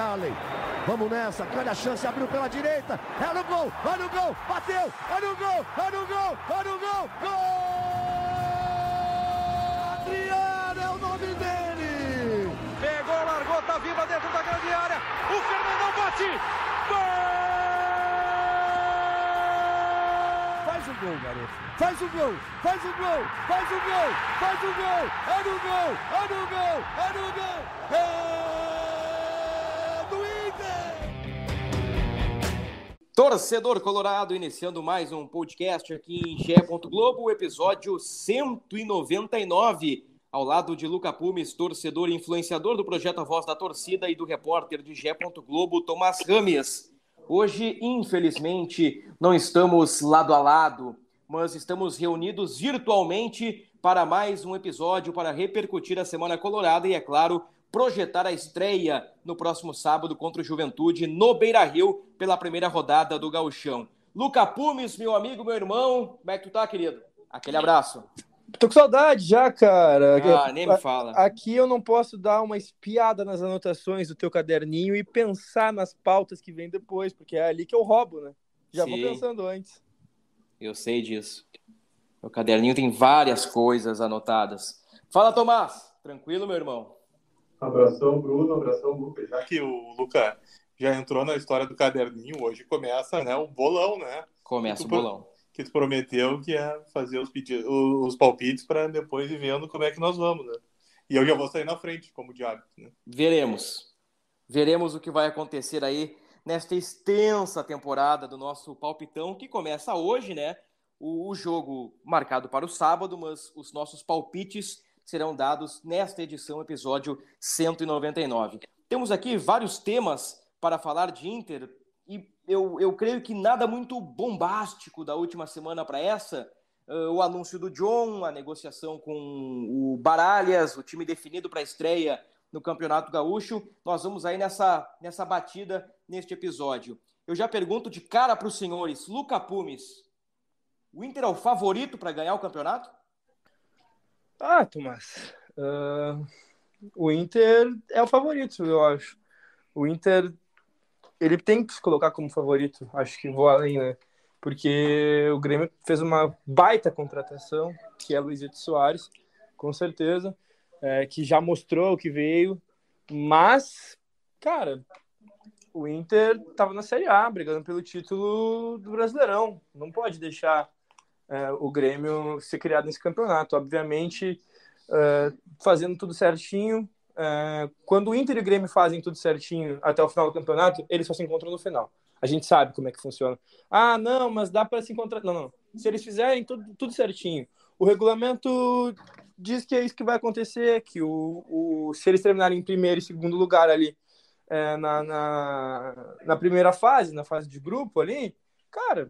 Allen. Vamos nessa, grande a chance, abriu pela direita, é no gol, vai no gol, bateu, é no gol, é no gol, é no gol, gol! Adriano é o nome dele! Pegou, largou, tá viva dentro da grande área, o Fernandão bate, gol! Faz o gol, garoto, faz o gol, faz o gol, faz o gol, faz o gol, é no gol, é no gol, é no gol, Torcedor colorado, iniciando mais um podcast aqui em GE. Globo, episódio 199, ao lado de Luca Pumes, torcedor e influenciador do projeto A Voz da Torcida, e do repórter de GE. Globo, Tomás Rames. Hoje, infelizmente, não estamos lado a lado, mas estamos reunidos virtualmente para mais um episódio para repercutir a Semana Colorada e, é claro, projetar a estreia no próximo sábado contra o Juventude no Beira-Rio pela primeira rodada do Gauchão. Luca Pumes, meu amigo, meu irmão, como é que tu tá, querido? Aquele abraço. Tô com saudade já, cara. Nem me fala. Aqui eu não posso dar uma espiada nas anotações do teu caderninho e pensar nas pautas que vem depois, porque é ali que eu roubo, né? Já Sim. Vou pensando antes. Eu sei disso. Meu caderninho tem várias coisas anotadas. Fala, Tomás. Tranquilo, meu irmão? Abração, Bruno. Abração, Luca. Já que o Luca já entrou na história do caderninho, hoje começa, né, o bolão, né? Começa o bolão. Que tu prometeu que é fazer os palpites para depois ir vendo como é que nós vamos, né? E eu já vou sair na frente, como de hábito, né? Veremos o que vai acontecer aí nesta extensa temporada do nosso palpitão, que começa hoje, né? O jogo marcado para o sábado, mas os nossos palpites serão dados nesta edição, episódio 199. Temos aqui vários temas para falar de Inter, e eu creio que nada muito bombástico da última semana para essa. O anúncio do John, a negociação com o Baralhas, o time definido para a estreia no Campeonato Gaúcho. Nós vamos aí nessa batida neste episódio. Eu já pergunto de cara para os senhores, Luca Pumes, o Inter é o favorito para ganhar o campeonato? Tomás, o Inter é o favorito, eu acho. O Inter, ele tem que se colocar como favorito, acho que vou além, né? Porque o Grêmio fez uma baita contratação, que é Luizito Soares, com certeza, que já mostrou o que veio, mas, cara, o Inter estava na Série A, brigando pelo título do Brasileirão, não pode deixar o Grêmio ser criado nesse campeonato, obviamente, fazendo tudo certinho. Quando o Inter e o Grêmio fazem tudo certinho até o final do campeonato, eles só se encontram no final. A gente sabe como é que funciona. Não, mas dá para se encontrar. Não. Se eles fizerem tudo certinho, o regulamento diz que é isso que vai acontecer, que se eles terminarem em primeiro e segundo lugar ali na primeira fase, na fase de grupo ali, cara,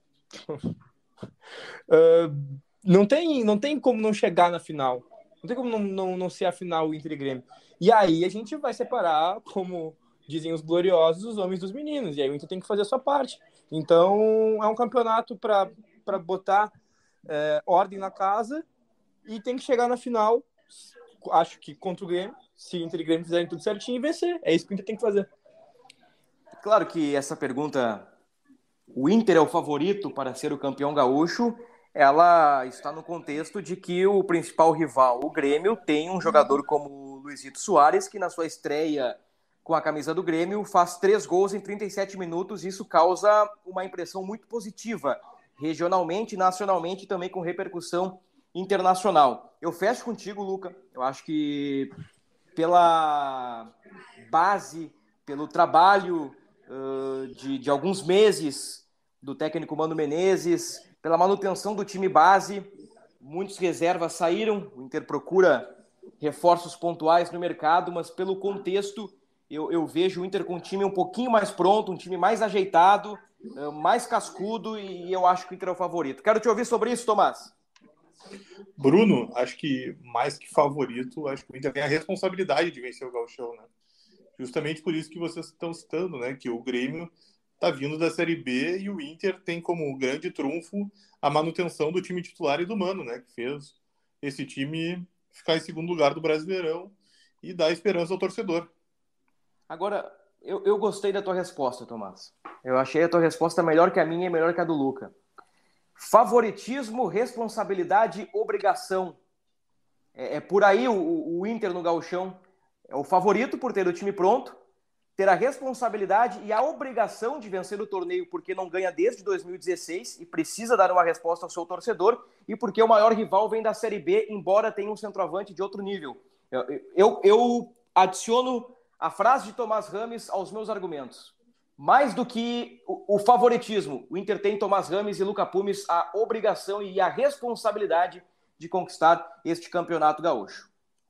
não tem como não chegar na final. Não tem como não ser a final Inter e Grêmio. E aí a gente vai separar, como dizem os gloriosos, os homens dos meninos. E aí o Inter tem que fazer a sua parte. Então é um campeonato para botar ordem na casa e tem que chegar na final, acho que contra o Grêmio, se Inter e Grêmio fizerem tudo certinho, e vencer. É isso que o Inter tem que fazer. Claro que essa pergunta, o Inter é o favorito para ser o campeão gaúcho, ela está no contexto de que o principal rival, o Grêmio, tem um jogador como o Luizito Soares, que na sua estreia com a camisa do Grêmio faz 3 gols em 37 minutos, e isso causa uma impressão muito positiva, regionalmente, nacionalmente e também com repercussão internacional. Eu fecho contigo, Luca. Eu acho que pela base, pelo trabalho de alguns meses do técnico Mano Menezes, pela manutenção do time base, muitos reservas saíram, o Inter procura reforços pontuais no mercado, mas pelo contexto eu vejo o Inter com um time um pouquinho mais pronto, um time mais ajeitado, mais cascudo, e eu acho que o Inter é o favorito. Quero te ouvir sobre isso, Tomás. Bruno, acho que mais que favorito, acho que o Inter tem a responsabilidade de vencer o Gauchão, né? Justamente por isso que vocês estão citando, né? Que o Grêmio está vindo da Série B e o Inter tem como grande trunfo a manutenção do time titular e do Mano, né? Que fez esse time ficar em segundo lugar do Brasileirão e dar esperança ao torcedor. Agora, Eu gostei da tua resposta, Tomás. Eu achei a tua resposta melhor que a minha e melhor que a do Luca. Favoritismo, responsabilidade, obrigação. É por aí o Inter no Gauchão. É o favorito por ter o time pronto, ter a responsabilidade e a obrigação de vencer o torneio porque não ganha desde 2016 e precisa dar uma resposta ao seu torcedor e porque o maior rival vem da Série B, embora tenha um centroavante de outro nível. Eu adiciono a frase de Tomás Rames aos meus argumentos. Mais do que o favoritismo, o Inter tem Tomás Rames e Luca Pumes a obrigação e a responsabilidade de conquistar este campeonato gaúcho.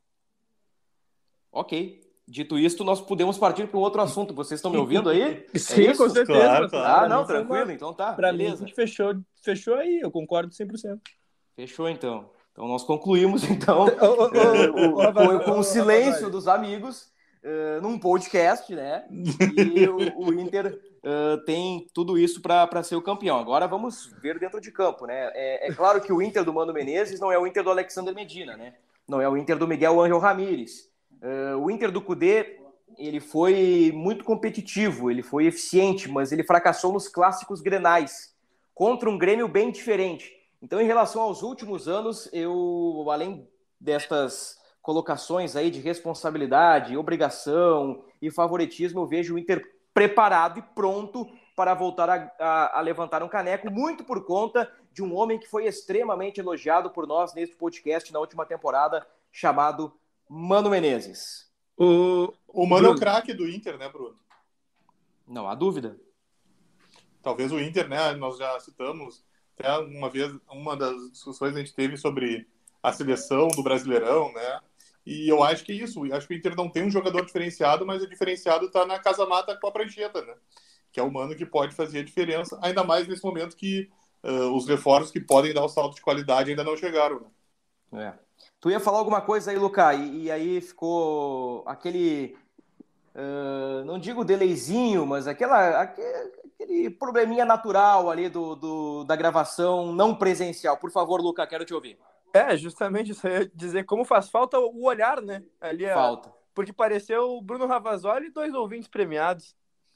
Ok. Dito isto, nós podemos partir para um outro assunto. Vocês estão me ouvindo aí? Sim, com certeza. Claro. Não, tranquilo, então tá. Pra beleza. mim, fechou aí, eu concordo 100%. Fechou, então. Então nós concluímos, então, com o silêncio dos amigos, num podcast, né? E o Inter tem tudo isso para ser o campeão. Agora vamos ver dentro de campo, né? É claro que o Inter do Mano Menezes não é o Inter do Alexander Medina, né? Não é o Inter do Miguel Ángel Ramírez. O Inter do Kudê, ele foi muito competitivo, ele foi eficiente, mas ele fracassou nos clássicos grenais, contra um Grêmio bem diferente. Então, em relação aos últimos anos, eu, além destas colocações aí de responsabilidade, obrigação e favoritismo, eu vejo o Inter preparado e pronto para voltar a levantar um caneco, muito por conta de um homem que foi extremamente elogiado por nós neste podcast na última temporada, chamado Mano Menezes. O Mano é o craque do Inter, né, Bruno? Não há dúvida. Talvez o Inter, né, nós já citamos, até uma vez, uma das discussões a gente teve sobre a seleção do Brasileirão, né, e eu acho que é isso, eu acho que o Inter não tem um jogador diferenciado, mas o diferenciado está na casa-mata com a prancheta, né, que é o Mano que pode fazer a diferença, ainda mais nesse momento que os reforços que podem dar o salto de qualidade ainda não chegaram, né. Tu ia falar alguma coisa aí, Lucas, e aí ficou aquele, não digo delayzinho, mas aquele probleminha natural ali da gravação não presencial. Por favor, Lucas, quero te ouvir. Justamente isso. Eu ia dizer como faz falta o olhar, né? Ali falta. Porque pareceu o Bruno Ravazoli e 2 ouvintes premiados.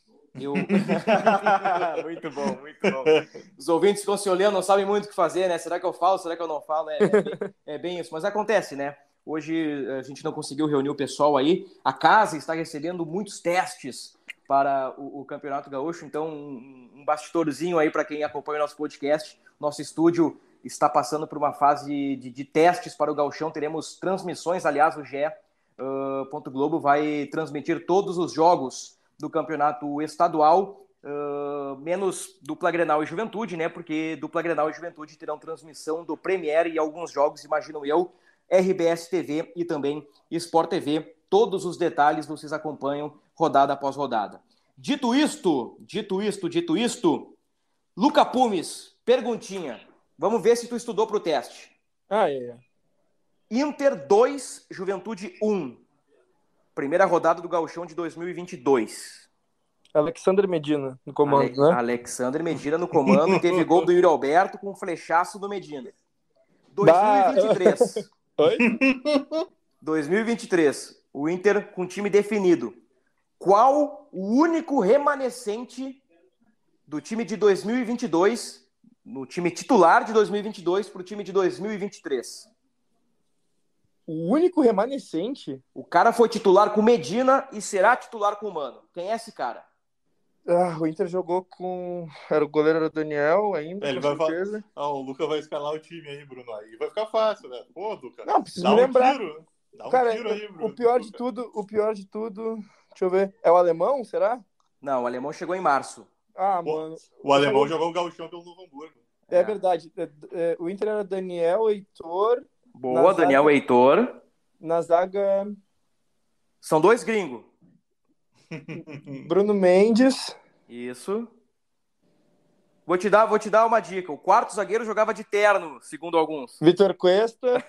Muito bom. Os ouvintes ficam se olhando, não sabem muito o que fazer, né? Será que eu falo? Será que eu não falo? É bem isso. Mas acontece, né? Hoje a gente não conseguiu reunir o pessoal aí. A casa está recebendo muitos testes para o Campeonato Gaúcho. Então, um bastidorzinho aí para quem acompanha o nosso podcast. Nosso estúdio está passando por uma fase de testes para o Gauchão. Teremos transmissões. Aliás, o GE. Globo vai transmitir todos os jogos do campeonato estadual, menos dupla Grenal e Juventude, né? Porque dupla Grenal e Juventude terão transmissão do Premier e alguns jogos, imagino eu, RBS TV e também Sport TV. Todos os detalhes vocês acompanham rodada após rodada. Dito isto, Luca Pumes, perguntinha. Vamos ver se tu estudou para o teste. Inter 2, Juventude 1. Primeira rodada do Gauchão de 2022. Alexander Medina no comando, né? Alexander Medina no comando. Teve gol do Yuri Alberto com um flechaço do Medina. 2023. Oi? 2023. O Inter com time definido. Qual o único remanescente do time de 2022, no time titular de 2022 para o time de 2023? O único remanescente? O cara foi titular com Medina e será titular com o Mano. Quem é esse cara? O Inter jogou com... O goleiro era o Daniel ainda, ele com vai certeza. O Lucas vai escalar o time aí, Bruno. Aí vai ficar fácil, né? Pô, Lucas. Não, preciso me lembrar. Dá um cara, tiro aí, Bruno. O pior de tudo... Deixa eu ver. É o alemão, será? Não, o alemão chegou em março. Mano. O alemão jogou o Gauchão pelo Novo Hamburgo. É verdade. O Inter era Daniel, Heitor... Boa, Daniel Heitor. Na zaga... São 2 gringos. Bruno Mendes. Isso. Vou te dar uma dica. O quarto zagueiro jogava de terno, segundo alguns. Vitor Cuesta.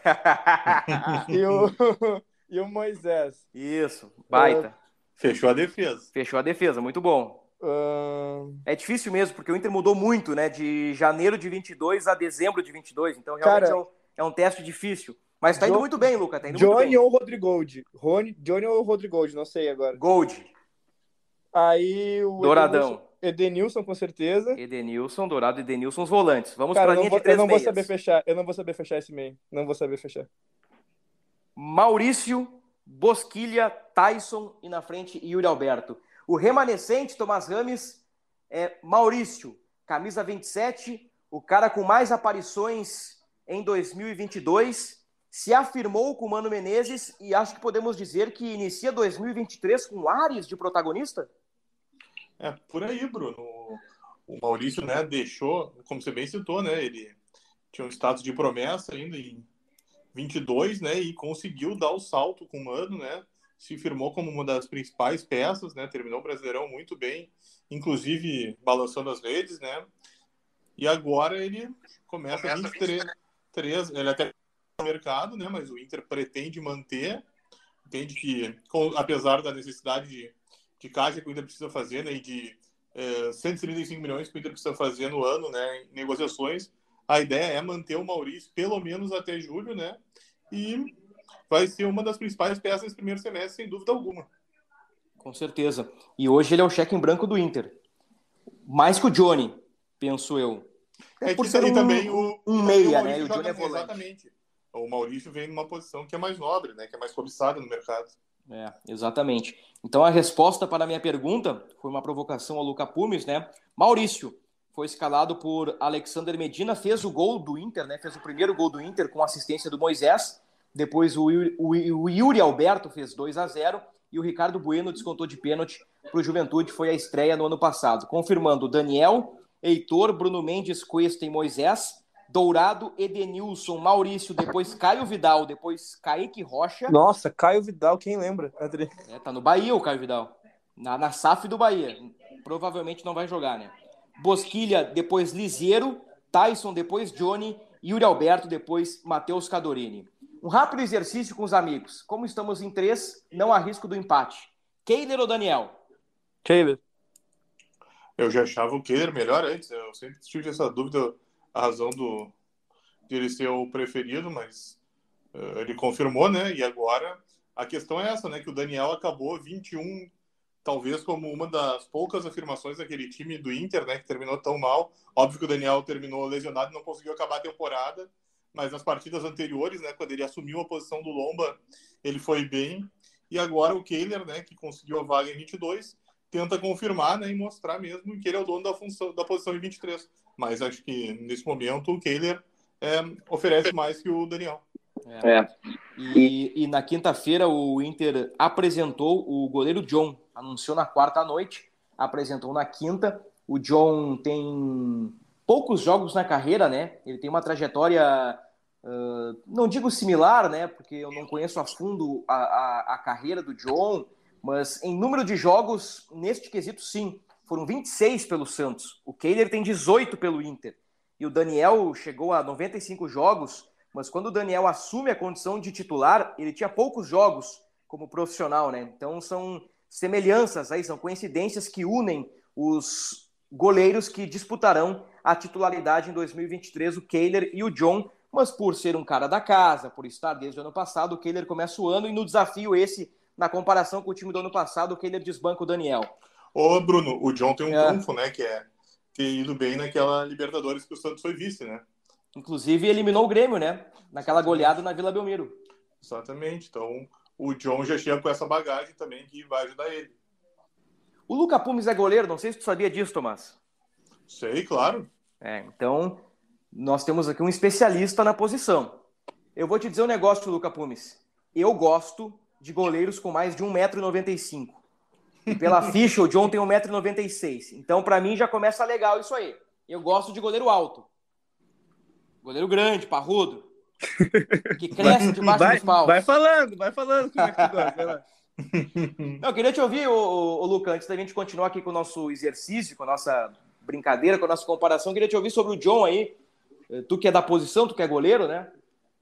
e o Moisés. Isso, baita. Fechou a defesa, muito bom. É difícil mesmo, porque o Inter mudou muito, né? De janeiro de 22 a dezembro de 22. Então, realmente é um teste difícil. Mas tá indo muito bem, Luca. Tá indo Johnny muito bem. ou Rodrigold? Johnny ou Rodrigold, não sei agora. Gold. Aí o Douradão. Edenilson, com certeza. Edenilson, Dourado, Edenilson, os volantes. Vamos Cara, para a linha de três eu não vou meias. saber fechar. Eu não vou saber fechar esse meio. Não vou saber fechar. Maurício, Bosquilha, Tyson e na frente Yuri Alberto. O remanescente, Tomás Rames, é Maurício, camisa 27, o cara com mais aparições em 2022, se afirmou com o Mano Menezes e acho que podemos dizer que inicia 2023 com ares de protagonista? É, por aí, Bruno. O Maurício, né, deixou, como você bem citou, né, ele tinha um status de promessa ainda em 22, né, e conseguiu dar o salto com o Mano, né, se firmou como uma das principais peças, né, terminou o Brasileirão muito bem, inclusive balançando as redes, né, e agora ele começa 23, ele até no mercado, né, mas o Inter pretende manter, entende que, apesar da necessidade de caixa que o Inter precisa fazer, né, e de 135 milhões que o Inter precisa fazer no ano, né, em negociações, a ideia é manter o Maurício pelo menos até julho, né, e vai ser uma das principais peças nesse primeiro semestre, sem dúvida alguma. Com certeza. E hoje ele é o cheque em branco do Inter. Mais que o Johnny, penso eu. Por ser também um meia, né, e o Johnny é volante. Exatamente. O Maurício vem numa posição que é mais nobre, né, que é mais cobiçada no mercado. Exatamente. Então a resposta para a minha pergunta foi uma provocação ao Luca Pumes, né? Maurício foi escalado por Alexander Medina, fez o gol do Inter, né? Fez o primeiro gol do Inter com assistência do Moisés. Depois o Yuri Alberto fez 2-0 e o Ricardo Bueno descontou de pênalti para o Juventude. Foi a estreia no ano passado. Confirmando Daniel, Heitor, Bruno Mendes, Cuesta e Moisés. Dourado, Edenilson, Maurício, depois Caio Vidal, depois Kaique Rocha. Nossa, Caio Vidal, quem lembra, André? Tá no Bahia o Caio Vidal. Na SAF do Bahia. Provavelmente não vai jogar, né? Bosquilha, depois Liseiro, Tyson, depois Johnny, Yuri Alberto, depois Matheus Cadorini. Um rápido exercício com os amigos. Como estamos em 3, não há risco do empate. Keiler ou Daniel? Keiler. Eu já achava o Keiler melhor antes. Eu sempre tive essa dúvida, a razão de ele ser o preferido, mas ele confirmou, né? E agora a questão é essa, né? Que o Daniel acabou 21, talvez como uma das poucas afirmações daquele time do Inter, né? Que terminou tão mal. Óbvio que o Daniel terminou lesionado e não conseguiu acabar a temporada, mas nas partidas anteriores, né? Quando ele assumiu a posição do Lomba, ele foi bem. E agora o Keiler, né? Que conseguiu a vaga em 22, tenta confirmar, né? E mostrar mesmo que ele é o dono da posição em 23. Mas acho que nesse momento o Keiler oferece mais que o Daniel. E na quinta-feira o Inter apresentou o goleiro John, anunciou na quarta à noite, apresentou na quinta. O John tem poucos jogos na carreira, né? Ele tem uma trajetória, não digo similar, né? Porque eu não conheço a fundo a carreira do John, mas em número de jogos, neste quesito, sim. Foram 26 pelo Santos. O Keiler tem 18 pelo Inter. E o Daniel chegou a 95 jogos, mas quando o Daniel assume a condição de titular, ele tinha poucos jogos como profissional, né? Então são semelhanças aí, são coincidências que unem os goleiros que disputarão a titularidade em 2023, o Keiler e o John, mas por ser um cara da casa, por estar desde o ano passado, o Keiler começa o ano e no desafio esse, na comparação com o time do ano passado, o Keiler desbanca o Daniel. Ô, Bruno, o John tem um trunfo, né, que é ter ido bem naquela Libertadores que o Santos foi vice, né? Inclusive eliminou o Grêmio, né? Naquela goleada na Vila Belmiro. Exatamente. Então, o John já chega com essa bagagem também que vai ajudar ele. O Luca Pumes é goleiro, não sei se tu sabia disso, Tomás. Sei, claro. Então, nós temos aqui um especialista na posição. Eu vou te dizer um negócio, Luca Pumes. Eu gosto de goleiros com mais de 1,95 m. E pela ficha, o John tem 1,96 m. Então, pra mim, já começa legal isso aí. Eu gosto de goleiro alto. Goleiro grande, parrudo. Que cresce debaixo dos paus. Vai falando como é que tu gosta. Vai lá. Eu queria te ouvir, ô Luca, antes da gente continuar aqui com o nosso exercício, com a nossa brincadeira, com a nossa comparação, queria te ouvir sobre o John aí. Tu que é da posição, tu que é goleiro, né?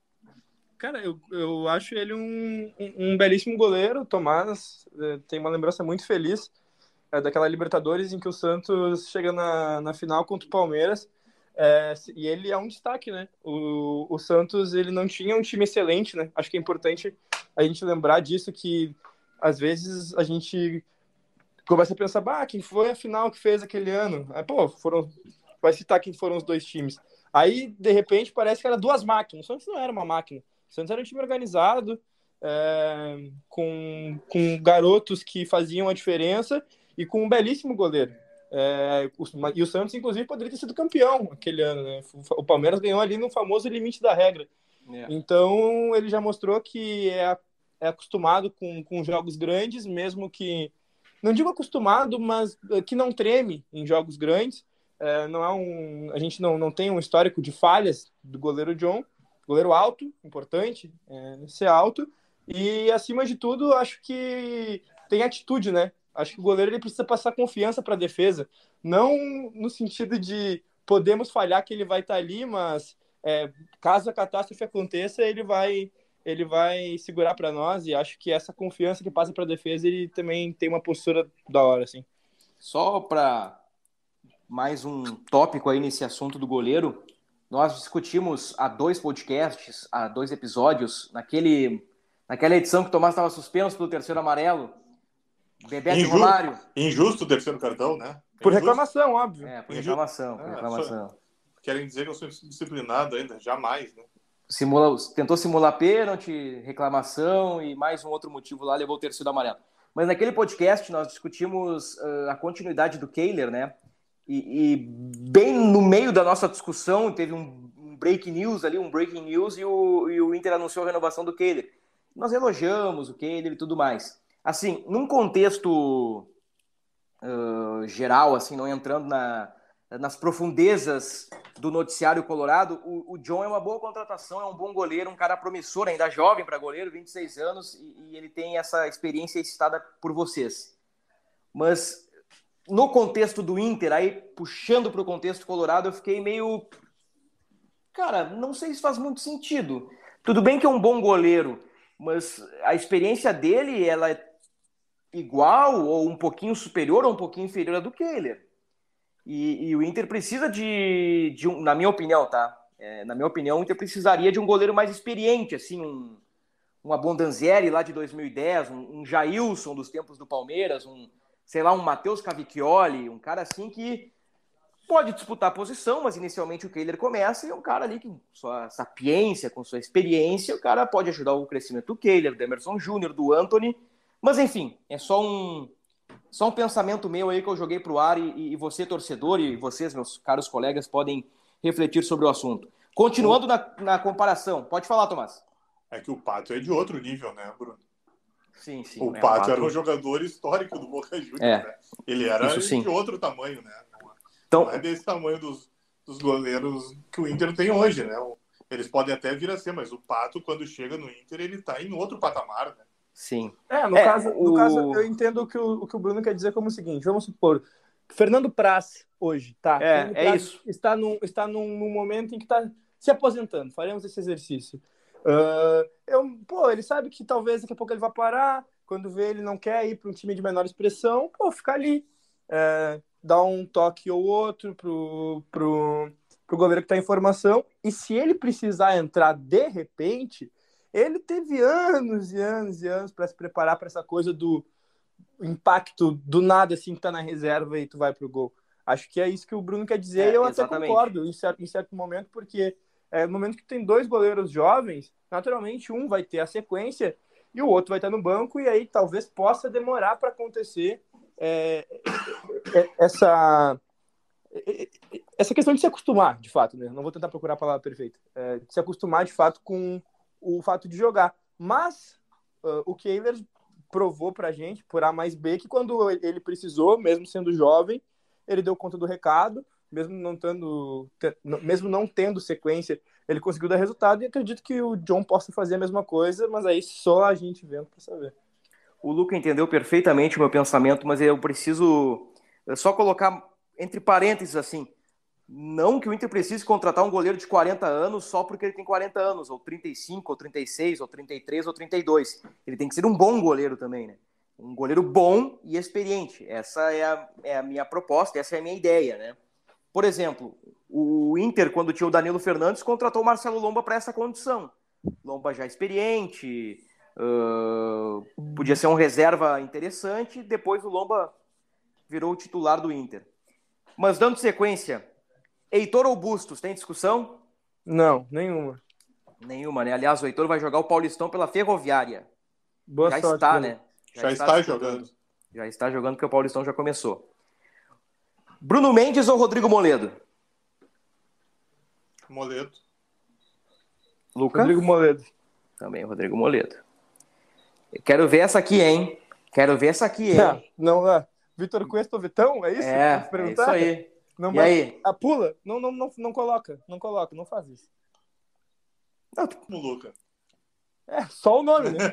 Cara, eu acho ele um belíssimo goleiro. Tomás tem uma lembrança muito feliz daquela Libertadores em que o Santos chega na final contra o Palmeiras. E ele é um destaque, né? O Santos, ele não tinha um time excelente, né? Acho que é importante a gente lembrar disso, que às vezes a gente começa a pensar, quem foi a final que fez aquele ano? Aí, vai citar quem foram os dois times. Aí, de repente, parece que era duas máquinas. O Santos não era uma máquina. O Santos era um time organizado, com garotos que faziam a diferença e com um belíssimo goleiro. E o Santos, inclusive, poderia ter sido campeão aquele ano, né? O Palmeiras ganhou ali no famoso limite da regra. Então, ele já mostrou que é acostumado com jogos grandes, mesmo que... Não digo acostumado, mas que não treme em jogos grandes. A gente não tem um histórico de falhas do goleiro John. Goleiro alto, importante, ser alto. E, acima de tudo, acho que tem atitude, né? Acho que o goleiro ele precisa passar confiança para a defesa. Não no sentido de podemos falhar que ele vai estar ali, mas caso a catástrofe aconteça, ele vai segurar para nós. E acho que essa confiança que passa para a defesa, ele também tem uma postura da hora, assim. Só para mais um tópico aí nesse assunto do goleiro, nós discutimos há 2 podcasts, há 2 episódios, naquela edição que o Tomás estava suspenso pelo terceiro amarelo, Bebeto e Romário. Injusto o terceiro cartão, né? Por reclamação, óbvio. Por reclamação. Querem dizer que eu sou disciplinado ainda? Jamais, né? Tentou simular pênalti, reclamação e mais um outro motivo lá, levou o terceiro amarelo. Mas naquele podcast nós discutimos a continuidade do Kehler, né? E bem no meio da nossa discussão teve um breaking news e o Inter anunciou a renovação do Kehler. Nós elogiamos o Kehler e tudo mais. Assim, num contexto geral, assim, não entrando nas profundezas do noticiário colorado, o John é uma boa contratação, é um bom goleiro, um cara promissor, ainda jovem para goleiro, 26 anos, e ele tem essa experiência citada por vocês. Mas no contexto do Inter, aí puxando para o contexto colorado, eu fiquei meio... Cara, não sei se faz muito sentido. Tudo bem que é um bom goleiro, mas a experiência dele, ela é igual ou um pouquinho superior ou um pouquinho inferior à do Kehler. E o Inter precisa de um, na minha opinião, tá? Na minha opinião, o Inter precisaria de um goleiro mais experiente, assim, um Abondanzieri lá de 2010, um Jailson dos tempos do Palmeiras, um Matheus Cavicchioli, um cara assim que pode disputar a posição, mas inicialmente o Kehler começa e é um cara ali que, com sua sapiência, com sua experiência, o cara pode ajudar o crescimento do Kehler, do Emerson Júnior, do Antony. Mas, enfim, é só um pensamento meu aí que eu joguei pro ar e você, torcedor, e vocês, meus caros colegas, podem refletir sobre o assunto. Continuando na comparação. Pode falar, Tomás. É que o Pato é de outro nível, né, Bruno? Sim. O Pato era um jogador histórico do Boca Juniors, né? Ele era de outro tamanho, né? Não é desse tamanho dos goleiros que o Inter tem hoje, né? Eles podem até vir a ser, mas o Pato, quando chega no Inter, ele tá em outro patamar, né? Sim. No caso, eu entendo o que o Bruno quer dizer como o seguinte, vamos supor, Fernando Praz hoje, tá? Isso. Está num momento em que está se aposentando, faremos esse exercício. Ele sabe que talvez daqui a pouco ele vai parar, quando vê ele não quer ir para um time de menor expressão, fica ali, dá um toque ou outro pro goleiro que está em formação, e se ele precisar entrar de repente, ele teve anos e anos e anos para se preparar para essa coisa do impacto do nada, assim, que tá na reserva e tu vai pro gol. Acho que é isso que o Bruno quer dizer, e eu exatamente. Até concordo em certo momento, porque no momento que tem 2 goleiros jovens, naturalmente um vai ter a sequência e o outro vai estar no banco, e aí talvez possa demorar para acontecer essa questão de se acostumar, de fato, né? Não vou tentar procurar a palavra perfeita. De se acostumar, de fato, com o fato de jogar. Mas o Kehler provou pra gente, por A mais B, que quando ele precisou, mesmo sendo jovem, ele deu conta do recado, mesmo não tendo sequência, ele conseguiu dar resultado, e acredito que o John possa fazer a mesma coisa, mas aí só a gente vendo pra saber. O Luca entendeu perfeitamente o meu pensamento, mas eu preciso só colocar entre parênteses assim, não que o Inter precise contratar um goleiro de 40 anos só porque ele tem 40 anos, ou 35, ou 36, ou 33, ou 32. Ele tem que ser um bom goleiro também, né? Um goleiro bom e experiente. Essa é a minha proposta, essa é a minha ideia, né? Por exemplo, o Inter, quando tinha o Danilo Fernandes, contratou o Marcelo Lomba para essa condição. Lomba já experiente, podia ser um reserva interessante. Depois o Lomba virou o titular do Inter. Mas dando sequência, Heitor ou Bustos, tem discussão? Não, nenhuma. Nenhuma, né? Aliás, o Heitor vai jogar o Paulistão pela Ferroviária. Boa Já sorte, está, né? né? Já está disputando. jogando. Já está jogando porque o Paulistão já começou. Bruno Mendes ou Rodrigo Moledo? Moledo. Lucas? Rodrigo Moledo. Também, Rodrigo Moledo. Eu quero ver essa aqui, hein? Não, Vitor Cuesta ou Vitão? É isso? É, Pra é perguntar? isso aí. Não, E aí? Pula. Não coloca. Não coloca, não faz isso. Como Luca. Só o nome, né?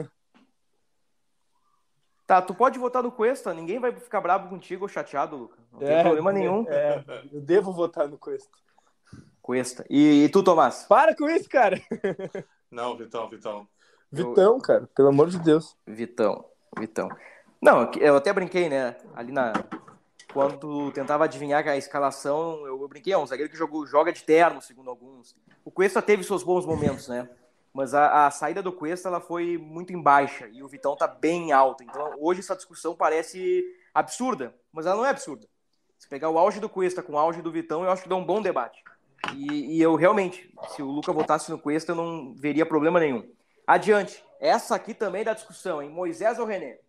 Tá, tu pode votar no Cuesta, ninguém vai ficar bravo contigo ou chateado, Lucas. Não tem problema nenhum. Eu devo votar no Cuesta. Cuesta. E tu, Tomás? Para com isso, cara. Não, Vitão. Vitão, cara, pelo amor de Deus. Vitão. Não, eu até brinquei, né? Ali quando tu tentava adivinhar a escalação, eu brinquei, é um zagueiro que joga de terno, segundo alguns. O Cuesta teve seus bons momentos, né? Mas a saída do Cuesta, ela foi muito em baixa, e o Vitão tá bem alto. Então, hoje essa discussão parece absurda, mas ela não é absurda. Se pegar o auge do Cuesta com o auge do Vitão, eu acho que dá um bom debate. E eu realmente, se o Lucas votasse no Cuesta, eu não veria problema nenhum. Adiante. Essa aqui também dá discussão, hein? Moisés ou René?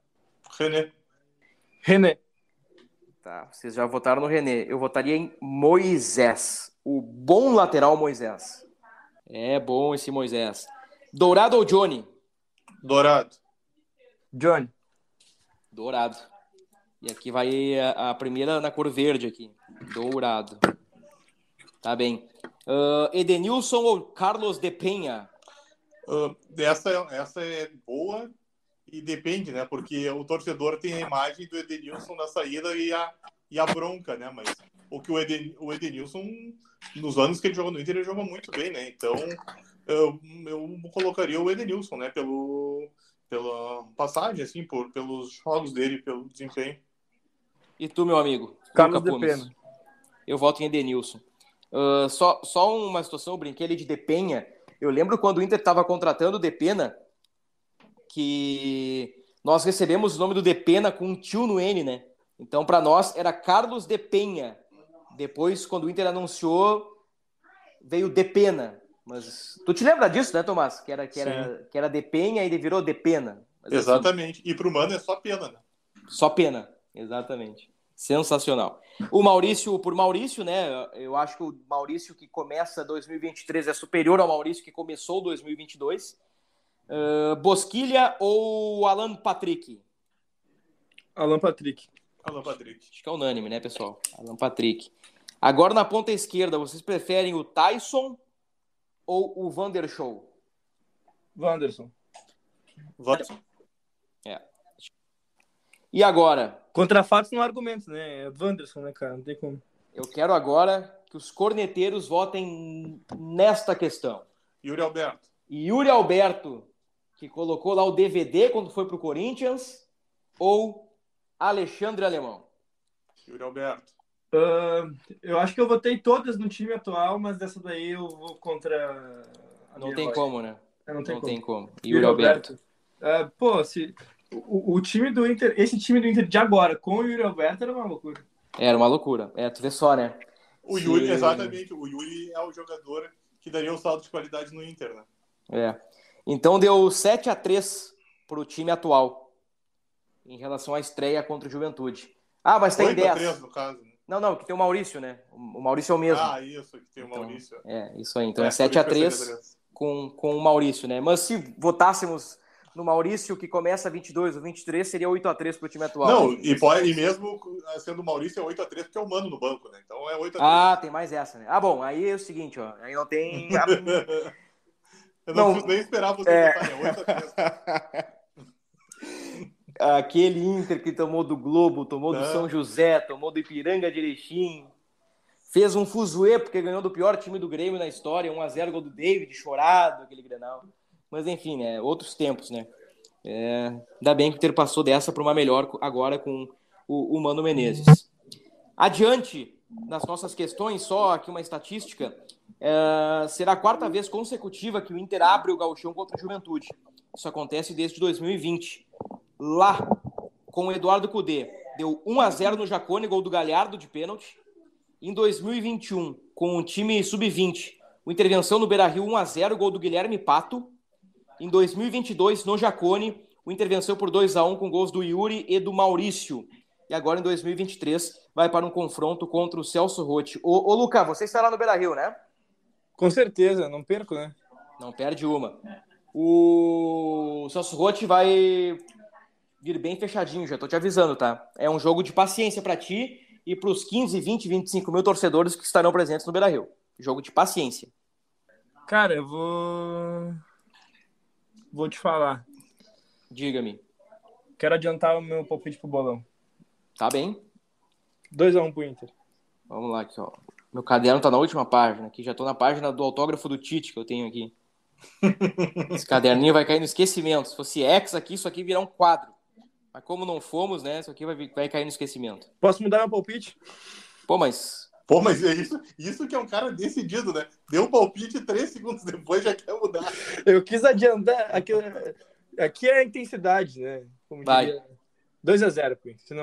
René. Tá, vocês já votaram no René. Eu votaria em Moisés. O bom lateral Moisés. É bom esse Moisés. Dourado ou Johnny? Dourado. Johnny. Dourado. E aqui vai a primeira na cor verde aqui. Dourado. Tá bem. Edenilson ou Carlos de Penha? Essa é boa e depende, né? Porque o torcedor tem a imagem do Edenilson na saída e a bronca, né? Mas o Edenilson, nos anos que ele jogou no Inter, ele jogou muito bem, né? Então, eu colocaria o Edenilson, né? Pela passagem, assim, pelos jogos dele, pelo desempenho. E tu, meu amigo? Carlos de Penha. Eu voto em Edenilson. Só uma situação, eu brinquei ali de Depenha. Eu lembro quando o Inter estava contratando o Depena, que nós recebemos o nome do Depena com um tio no N, né? Então, para nós, era Carlos de Penha. Depois, quando o Inter anunciou, veio Depena. Mas tu te lembra disso, né, Tomás? Que era Depenha e ele virou Depena. Mas, exatamente. Assim, e pro Mano é só pena, né? Só pena, exatamente. Sensacional. O Maurício, por Maurício, né? Eu acho que o Maurício que começa 2023 é superior ao Maurício que começou 2022. Bosquilha ou Alan Patrick? Alan Patrick. Acho que é unânime, né, pessoal? Alan Patrick. Agora na ponta esquerda, vocês preferem o Tyson ou o Wanderson? Wanderson. E agora? Contra fatos não argumentos, né? É Wanderson, né, cara? Não tem como. Eu quero agora que os corneteiros votem nesta questão. Yuri Alberto, que colocou lá o DVD quando foi pro Corinthians, ou Alexandre Alemão? Yuri Alberto. Eu acho que eu votei todas no time atual, mas dessa daí eu vou contra a Não tem como, né? Não tem como. Yuri Alberto. O time do Inter, esse time do Inter de agora, com o Yuri Alberto, era uma loucura. Era uma loucura. Tu vê só, né? Yuri, exatamente. O Yuri é o jogador que daria o salto de qualidade no Inter, né? Então deu 7-3 pro time atual, em relação à estreia contra o Juventude. Mas tem 10. 8-3 no caso, né? Não, que tem o Maurício, né? O Maurício é o mesmo. Isso, que tem o Maurício. Isso aí. Então é 7-3 com o Maurício, né? Mas se votássemos no Maurício, que começa 22 ou 23, seria 8-3 pro time atual. Não, e mesmo sendo o Maurício é 8-3 porque é o Mano no banco, né? Então é 8-3. Tem mais essa, né? Bom, aí é o seguinte, ó. Aí não tem... Eu não preciso nem esperar você votar, é 8-3. Aquele Inter que tomou do Globo, tomou do São José, tomou do Ipiranga de Erechim, fez um fuzuê porque ganhou do pior time do Grêmio na história, 1-0 gol do David, chorado, aquele Grenal. Mas enfim, né, outros tempos, né. Ainda bem que o Inter passou dessa para uma melhor agora com o Mano Menezes. Adiante, nas nossas questões, só aqui uma estatística, será a 4ª vez consecutiva que o Inter abre o Gauchão contra o Juventude. Isso acontece desde 2020. Lá, com o Eduardo Cudê. deu 1-0 no Jacone, gol do Galhardo de pênalti. Em 2021, com o time sub-20, o Intervenção no Beira-Rio 1-0, gol do Guilherme Pato. Em 2022, no Jacone, o Intervenção por 2-1 com gols do Yuri e do Maurício. E agora, em 2023, vai para um confronto contra o Celso Roth. Ô Luca, você está lá no Beira-Rio, né? Com certeza, não perco, né? Não perde uma. O Celso Roth vai vir bem fechadinho, já tô te avisando, tá? É um jogo de paciência para ti e para os 15, 20, 25 mil torcedores que estarão presentes no Beira-Rio. Jogo de paciência. Cara, eu vou te falar. Diga-me. Quero adiantar o meu palpite pro bolão. Tá bem? 2-1 pro Inter. Vamos lá aqui, ó. Meu caderno tá na última página aqui. Já tô na página do autógrafo do Tite que eu tenho aqui. Esse caderninho vai cair no esquecimento. Se fosse ex aqui, isso aqui virar um quadro. Mas como não fomos, né? Isso aqui vai cair no esquecimento. Posso mudar meu palpite? Pô, mas é isso que é um cara decidido, né? Deu um palpite 3 segundos depois já quer mudar. Eu quis adiantar. Aqui é a intensidade, né? Como vai. diria. 2-0 pro Inter.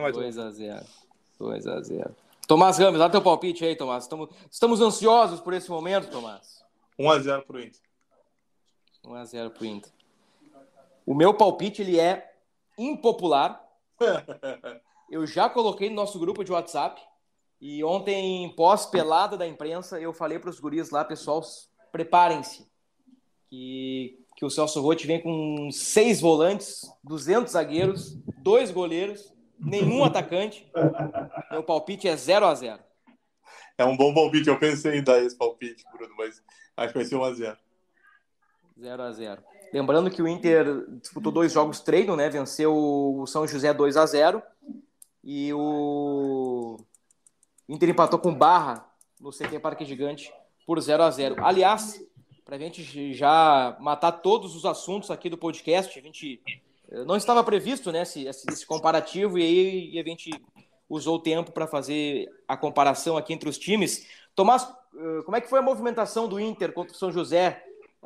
2-0. Tomás Ramos, dá teu palpite aí, Tomás. Estamos ansiosos por esse momento, Tomás. 1-0 pro Inter. 1-0 pro Inter. O meu palpite, ele é impopular. Eu já coloquei no nosso grupo de WhatsApp e ontem, pós-pelada da imprensa, eu falei para os guris lá, pessoal, preparem-se que o Celso Roth vem com 6 volantes, 200 zagueiros, 2 goleiros, nenhum atacante. Meu palpite é 0-0. É um bom palpite, eu pensei em dar esse palpite, Bruno, mas acho que vai ser 1-0. 0-0. Lembrando que o Inter disputou 2 jogos treino, né? Venceu o São José 2-0 e o Inter empatou com Barra no CT Parque Gigante por 0-0. Aliás, para a gente já matar todos os assuntos aqui do podcast, a gente não estava previsto, né, esse comparativo e aí a gente usou o tempo para fazer a comparação aqui entre os times. Tomás, como é que foi a movimentação do Inter contra o São José?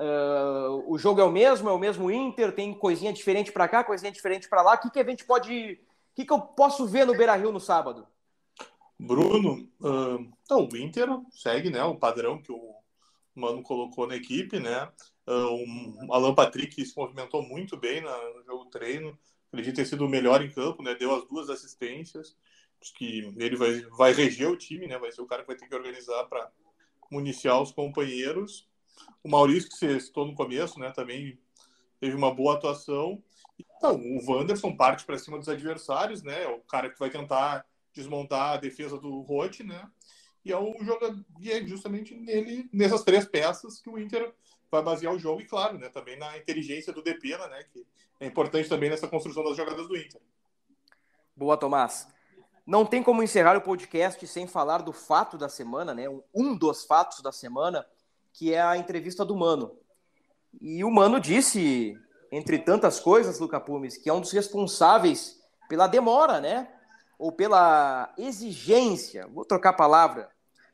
O jogo é o mesmo Inter, tem coisinha diferente para cá, coisinha diferente para lá. O que a gente pode, o que eu posso ver no Beira-Rio no sábado? Bruno, então, o Inter segue, né, o padrão que o Mano colocou na equipe, né? O Alan Patrick se movimentou muito bem no jogo treino, acredito ter sido o melhor em campo, né? Deu as 2 assistências. Acho que ele vai reger o time, né? Vai ser o cara que vai ter que organizar para municiar os companheiros. O Maurício, que você citou no começo, né? Também teve uma boa atuação. Então, o Wanderson parte para cima dos adversários, né? É o cara que vai tentar desmontar a defesa do Roth, né? E é justamente nessas 3 peças que o Inter vai basear o jogo e, claro, né, também na inteligência do Depena, né, que é importante também nessa construção das jogadas do Inter. Boa, Tomás. Não tem como encerrar o podcast sem falar do fato da semana, né? Um dos fatos da semana, que é a entrevista do Mano. E o Mano disse, entre tantas coisas, Luca Pumes, que é um dos responsáveis pela demora, né? Ou pela exigência, vou trocar a palavra,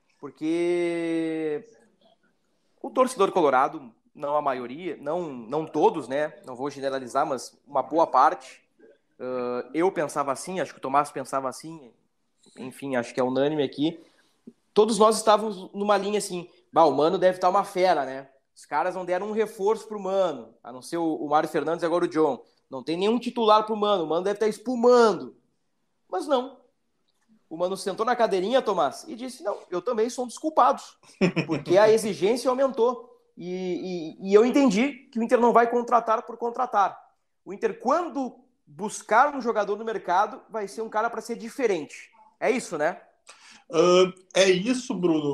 porque o torcedor colorado, não a maioria, não todos, né? Não vou generalizar, mas uma boa parte, eu pensava assim, acho que o Tomás pensava assim, enfim, acho que é unânime aqui, todos nós estávamos numa linha assim, o Mano deve estar uma fera, né? Os caras não deram um reforço pro Mano, a não ser o Mário Fernandes e agora o John. Não tem nenhum titular pro Mano, o Mano deve estar espumando. Mas não. O Mano sentou na cadeirinha, Tomás, e disse, não, eu também sou um dos culpados, porque a exigência aumentou. E eu entendi que o Inter não vai contratar por contratar. O Inter, quando buscar um jogador no mercado, vai ser um cara para ser diferente. É isso, né? É isso, Bruno.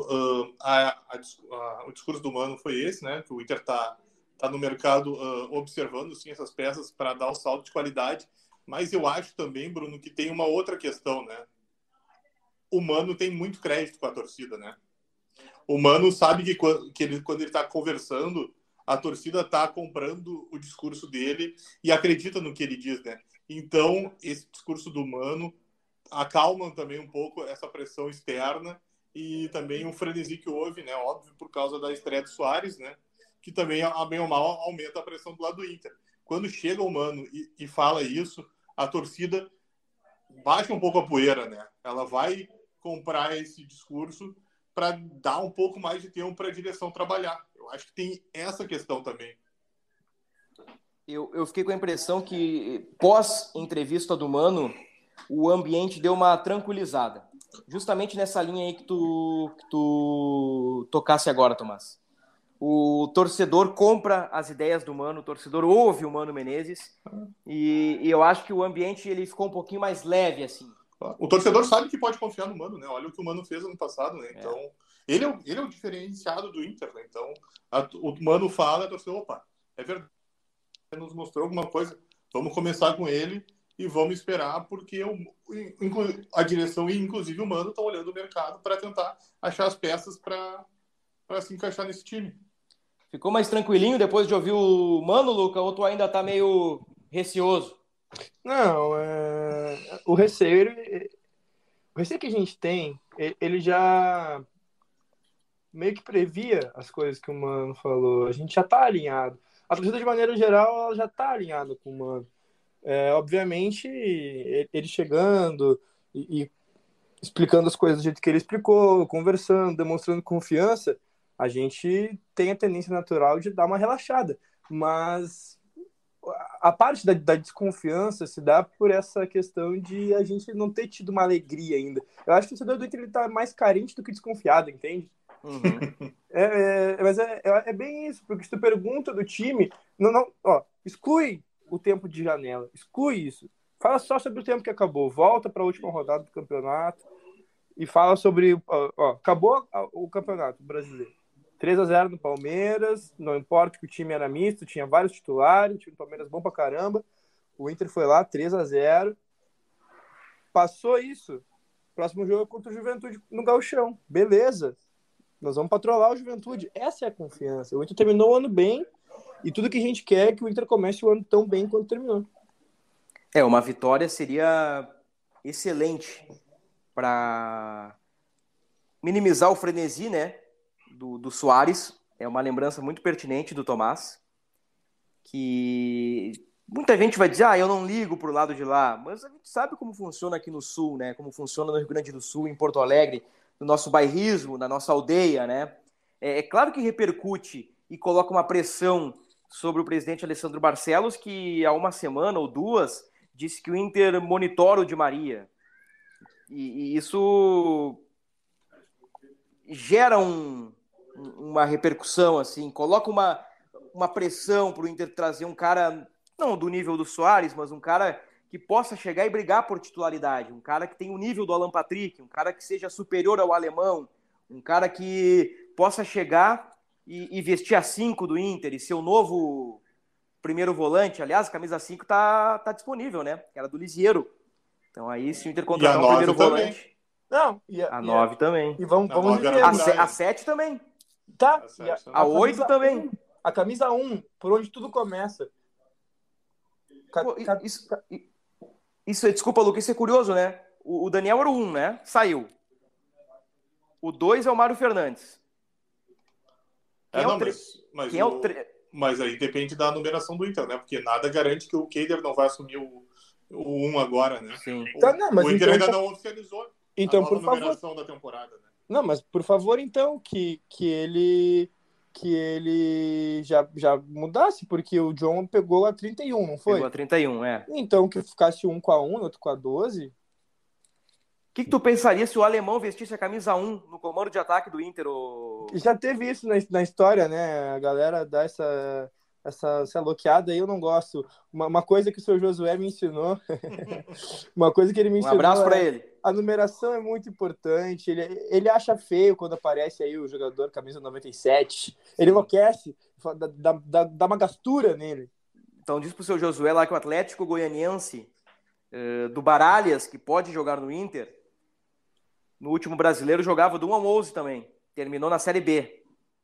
O discurso do Mano foi esse, né? Que o Inter tá no mercado observando sim, essas peças para dar o salto de qualidade. Mas eu acho também, Bruno, que tem uma outra questão, né? O Mano tem muito crédito com a torcida, né? O Mano sabe que quando ele está conversando, a torcida está comprando o discurso dele e acredita no que ele diz, né? Então, esse discurso do Mano acalma também um pouco essa pressão externa e também um frenesi que houve, né? Óbvio, por causa da estreia do Soares, né? Que também, bem ou mal, aumenta a pressão do lado do Inter. Quando chega o Mano e fala isso, a torcida baixa um pouco a poeira, né? Ela vai comprar esse discurso para dar um pouco mais de tempo para a direção trabalhar. Eu acho que tem essa questão também. Eu fiquei com a impressão que, pós-entrevista do Mano, o ambiente deu uma tranquilizada. Justamente nessa linha aí que tu tocasse agora, Tomás. O torcedor compra as ideias do Mano, o torcedor ouve o Mano Menezes, e eu acho que o ambiente ele ficou um pouquinho mais leve, assim. O torcedor sabe que pode confiar no Mano, né? Olha o que o Mano fez ano passado, né? Então, ele é o diferenciado do Inter, né? Então, o Mano fala, a torcedor, opa, é verdade, ele nos mostrou alguma coisa, vamos começar com ele e vamos esperar, porque a direção e, inclusive, o Mano estão olhando o mercado para tentar achar as peças para se encaixar nesse time. Ficou mais tranquilinho depois de ouvir o Mano, Luca, ou tu ainda tá meio receoso? Não, o receio que a gente tem, ele já meio que previa as coisas que o Mano falou. A gente já tá alinhado. A torcida, de maneira geral, ela já tá alinhada com o Mano. Obviamente, ele chegando e explicando as coisas do jeito que ele explicou, conversando, demonstrando confiança, a gente tem a tendência natural de dar uma relaxada. Mas a parte da desconfiança se dá por essa questão de a gente não ter tido uma alegria ainda. Eu acho que o torcedor do Inter está mais carente do que desconfiado, entende? Uhum. Mas é bem isso, porque se tu pergunta do time, exclui o tempo de janela, exclui isso. Fala só sobre o tempo que acabou, volta para a última rodada do campeonato e fala sobre... acabou o campeonato brasileiro. 3-0 no Palmeiras, não importa que o time era misto, tinha vários titulares, o time do Palmeiras bom pra caramba, o Inter foi lá, 3-0, passou isso, próximo jogo é contra o Juventude no Gauchão, beleza, nós vamos patrolar o Juventude, essa é a confiança, o Inter terminou o ano bem, e tudo que a gente quer é que o Inter comece o ano tão bem quanto terminou. Uma vitória seria excelente para minimizar o frenesi, né, do Soares. É uma lembrança muito pertinente do Tomás, que muita gente vai dizer, eu não ligo pro lado de lá, mas a gente sabe como funciona aqui no Sul, né, como funciona no Rio Grande do Sul, em Porto Alegre, no nosso bairrismo, na nossa aldeia, né. É claro que repercute e coloca uma pressão sobre o presidente Alessandro Barcelos, que há uma semana ou duas disse que o Inter monitora o Di Maria. E isso gera uma repercussão, assim, coloca uma pressão para o Inter trazer um cara, não do nível do Soares, mas um cara que possa chegar e brigar por titularidade, um cara que tem o nível do Alan Patrick, um cara que seja superior ao alemão, um cara que possa chegar e vestir a 5 do Inter e ser o novo primeiro volante. Aliás, a camisa 5 tá disponível, né? Que era do Lisiero. Então aí, se o Inter contratar um primeiro volante... Não, a 9 também. E vamos dizer... A 7 também. Tá. A 8 também. A camisa 1, por onde tudo começa. Isso, desculpa, Lucas, isso é curioso, né? O Daniel era o 1, né? Saiu. O 2 é o Mário Fernandes. Mas aí depende da numeração do Inter, né? Porque nada garante que o Keider não vai assumir o 1 agora, né? Sim. O Inter ainda não oficializou a nova numeração da temporada, né? Não, mas por favor, então, que ele já mudasse, porque o John pegou a 31, não foi? Pegou a 31, Então, que ficasse um com a 1, outro com a 12. O que tu pensaria se o alemão vestisse a camisa 1 no comando de ataque do Inter? Já teve isso na história, né? A galera dá essa loqueada aí, eu não gosto. Uma coisa que o seu Josué me ensinou, uma coisa que ele me ensinou... Um abraço para ele. A numeração é muito importante, ele acha feio quando aparece aí o jogador camisa 97, ele enlouquece, dá uma gastura nele. Então diz pro seu Josué lá que o Atlético Goianiense do Baralhas, que pode jogar no Inter, no último brasileiro jogava do 1 ao 11 também, terminou na Série B.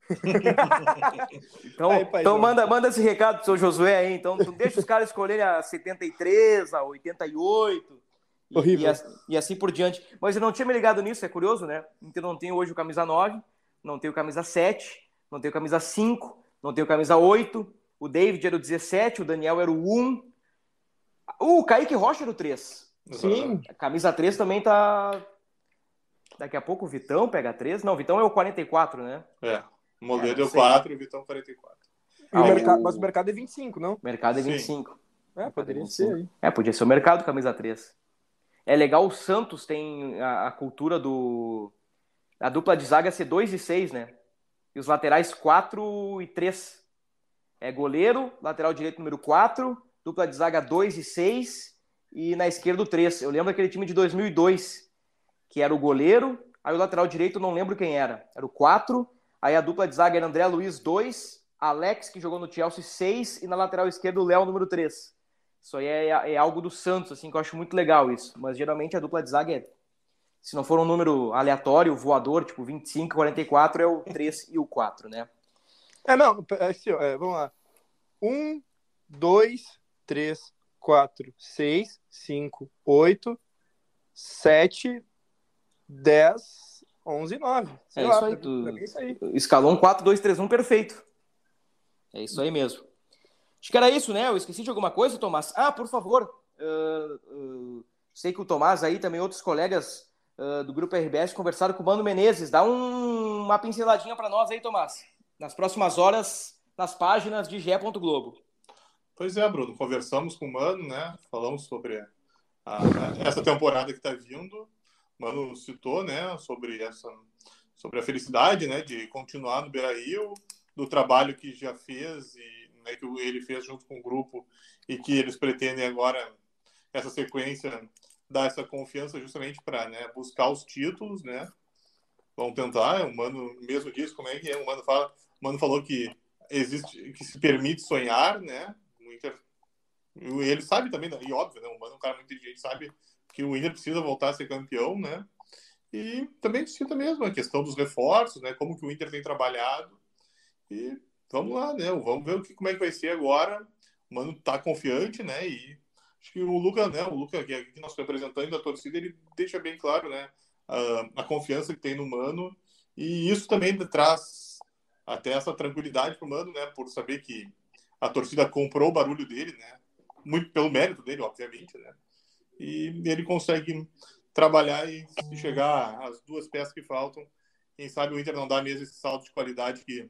Então manda esse recado pro seu Josué aí, então deixa os caras escolherem a 73, a 88 e assim por diante. Mas eu não tinha me ligado nisso, é curioso, né? Inter não tem hoje o camisa 9, não tem o camisa 7, não tem o camisa 5, não tem o camisa 8, o David era o 17, o Daniel era o 1, o Kaique Rocha era o 3. Sim. A camisa 3 também tá... Daqui a pouco o Vitão pega a 3. Não, o Vitão é o 44, né? O Moledo é o sei. 4 e o Vitão 44. Mas o mercado é 25, não? O mercado é Sim. 25. Poderia ser aí. Podia ser o mercado camisa 3. É legal, o Santos tem a cultura a dupla de zaga ser 2 e 6, né? E os laterais 4 e 3. É goleiro, lateral direito número 4, dupla de zaga 2 e 6 e na esquerda o 3. Eu lembro daquele time de 2002, que era o goleiro, aí o lateral direito não lembro quem era. Era o 4, aí a dupla de zaga era André Luiz 2, Alex, que jogou no Chelsea 6 e na lateral esquerda o Léo número 3. Isso aí é algo do Santos, assim, que eu acho muito legal isso. Mas geralmente a dupla de zaga se não for um número aleatório, voador, tipo 25, 44, é o 3 e o 4, né? Vamos lá. 1, 2, 3, 4, 6, 5, 8, 7, 10, 11 e 9. É isso aí, isso aí. Escalou um 4, 2, 3, 1 perfeito. É isso aí mesmo. Acho que era isso, né? Eu esqueci de alguma coisa, Tomás? Por favor. Sei que o Tomás aí, também outros colegas do Grupo RBS conversaram com o Mano Menezes. Dá uma pinceladinha para nós aí, Tomás. Nas próximas horas, nas páginas de GE. Globo. Pois é, Bruno. Conversamos com o Mano, né? Falamos sobre essa temporada que está vindo. O Mano citou, né? Sobre a felicidade, né? De continuar no Beira-Rio, do trabalho que já fez e né, que ele fez junto com o grupo e que eles pretendem agora, essa sequência, dar essa confiança justamente para buscar os títulos, né? Vão tentar. O Mano mesmo diz como é que é. O Mano falou que que se permite sonhar, né? O Inter, ele sabe também, e óbvio, né? O Mano é um cara muito inteligente, sabe que o Inter precisa voltar a ser campeão, né? E também cita mesmo a questão dos reforços, né? Como que o Inter tem trabalhado. E vamos lá, né? Vamos ver como é que vai ser agora. O Mano tá confiante, né? E acho que o Luca, né? O Luca, que é nosso representante da torcida, ele deixa bem claro, né? A confiança que tem no Mano. E isso também traz até essa tranquilidade pro Mano, né? Por saber que a torcida comprou o barulho dele, né? Muito pelo mérito dele, obviamente, né? E ele consegue trabalhar e chegar às duas peças que faltam. Quem sabe o Inter não dá mesmo esse salto de qualidade que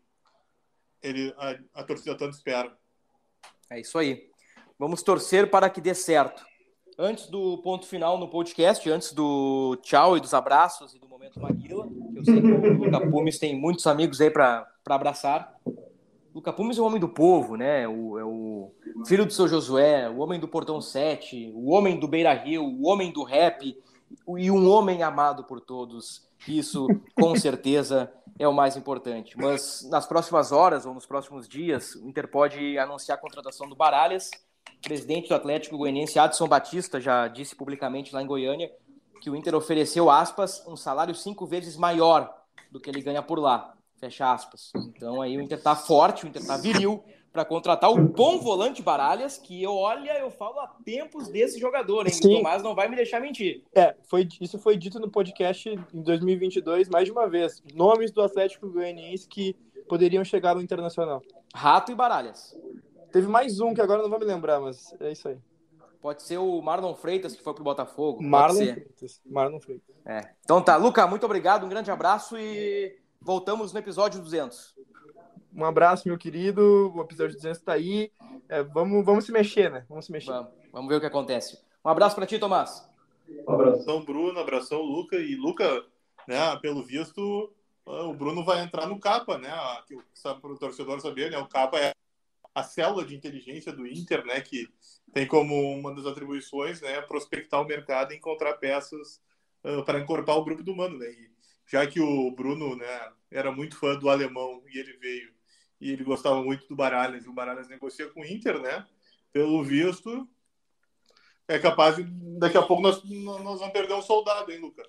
a torcida tanto espera. É isso aí. Vamos torcer para que dê certo. Antes do ponto final no podcast, antes do tchau e dos abraços e do momento Maguila, que eu sei que o Luca Pumes tem muitos amigos aí para abraçar. O Luca Pumes é o homem do povo, né? É o filho do seu Josué, o homem do Portão 7, o homem do Beira-Rio, o homem do rap e um homem amado por todos. Isso, com certeza, é o mais importante. Mas nas próximas horas ou nos próximos dias, o Inter pode anunciar a contratação do Baralhas. O presidente do Atlético Goianiense, Adson Batista, já disse publicamente lá em Goiânia que o Inter ofereceu, aspas, um salário 5 vezes maior do que ele ganha por lá. Fecha aspas. Então aí o Inter tá forte, o Inter tá viril para contratar o bom volante Baralhas, que eu falo há tempos desse jogador, hein? Sim. O Tomás não vai me deixar mentir. Isso foi dito no podcast em 2022 mais de uma vez. Nomes do Atlético Goianiense que poderiam chegar no Internacional. Rato e Baralhas. Teve mais um que agora não vou me lembrar, mas é isso aí. Pode ser o Marlon Freitas, que foi pro Botafogo. Marlon Freitas. Então tá, Luca, muito obrigado, um grande abraço e voltamos no episódio 200. Um abraço, meu querido. O episódio 200 tá aí. Vamos se mexer, né? Vamos ver o que acontece. Um abraço para ti, Tomás. Um abração, Bruno. Abração, Luca. E Luca, né, pelo visto, o Bruno vai entrar no Capa, né? Para o torcedor saber, né? O Capa é a célula de inteligência do Inter, né? Que tem como uma das atribuições, né? Prospectar o mercado e encontrar peças para encorpar o grupo do Mano, né? E já que o Bruno, né, era muito fã do alemão e ele veio e ele gostava muito do Baralhas, e o Baralhas negocia com o Inter, né? Pelo visto, é capaz de, daqui a pouco nós vamos perder um soldado, hein, Lucas?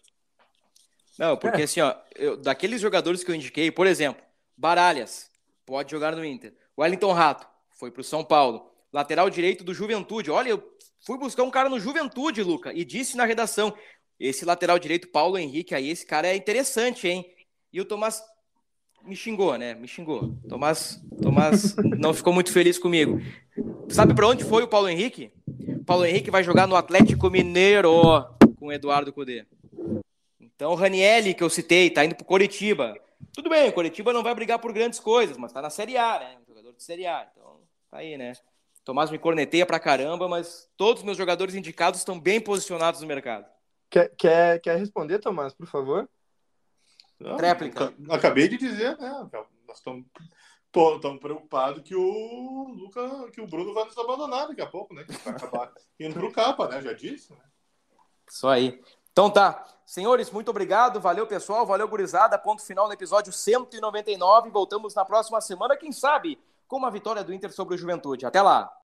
Não, porque assim, ó, daqueles jogadores que eu indiquei, por exemplo, Baralhas, pode jogar no Inter. Wellington Rato, foi pro São Paulo. Lateral direito do Juventude. Olha, eu fui buscar um cara no Juventude, Luca, e disse na redação, esse lateral direito, Paulo Henrique, aí esse cara é interessante, hein? E o Tomás me xingou, né? Tomás não ficou muito feliz comigo. Sabe para onde foi o Paulo Henrique? Paulo Henrique vai jogar no Atlético Mineiro com o Eduardo Cudê. Então o Ranieri, que eu citei, tá indo pro Coritiba. Tudo bem, o Coritiba não vai brigar por grandes coisas, mas tá na Série A, né? Um jogador de Série A, então tá aí, né? Tomás me corneteia pra caramba, mas todos os meus jogadores indicados estão bem posicionados no mercado. Quer responder, Tomás, por favor? Tréplica. Acabei de dizer, né? Nós estamos preocupados que o Bruno vai nos abandonar daqui a pouco, né? Que vai acabar indo pro capa, né? Já disse, né? Isso aí. Então tá. Senhores, muito obrigado. Valeu, pessoal. Valeu, gurizada. Ponto final no episódio 199. Voltamos na próxima semana, quem sabe, com uma vitória do Inter sobre o Juventude. Até lá.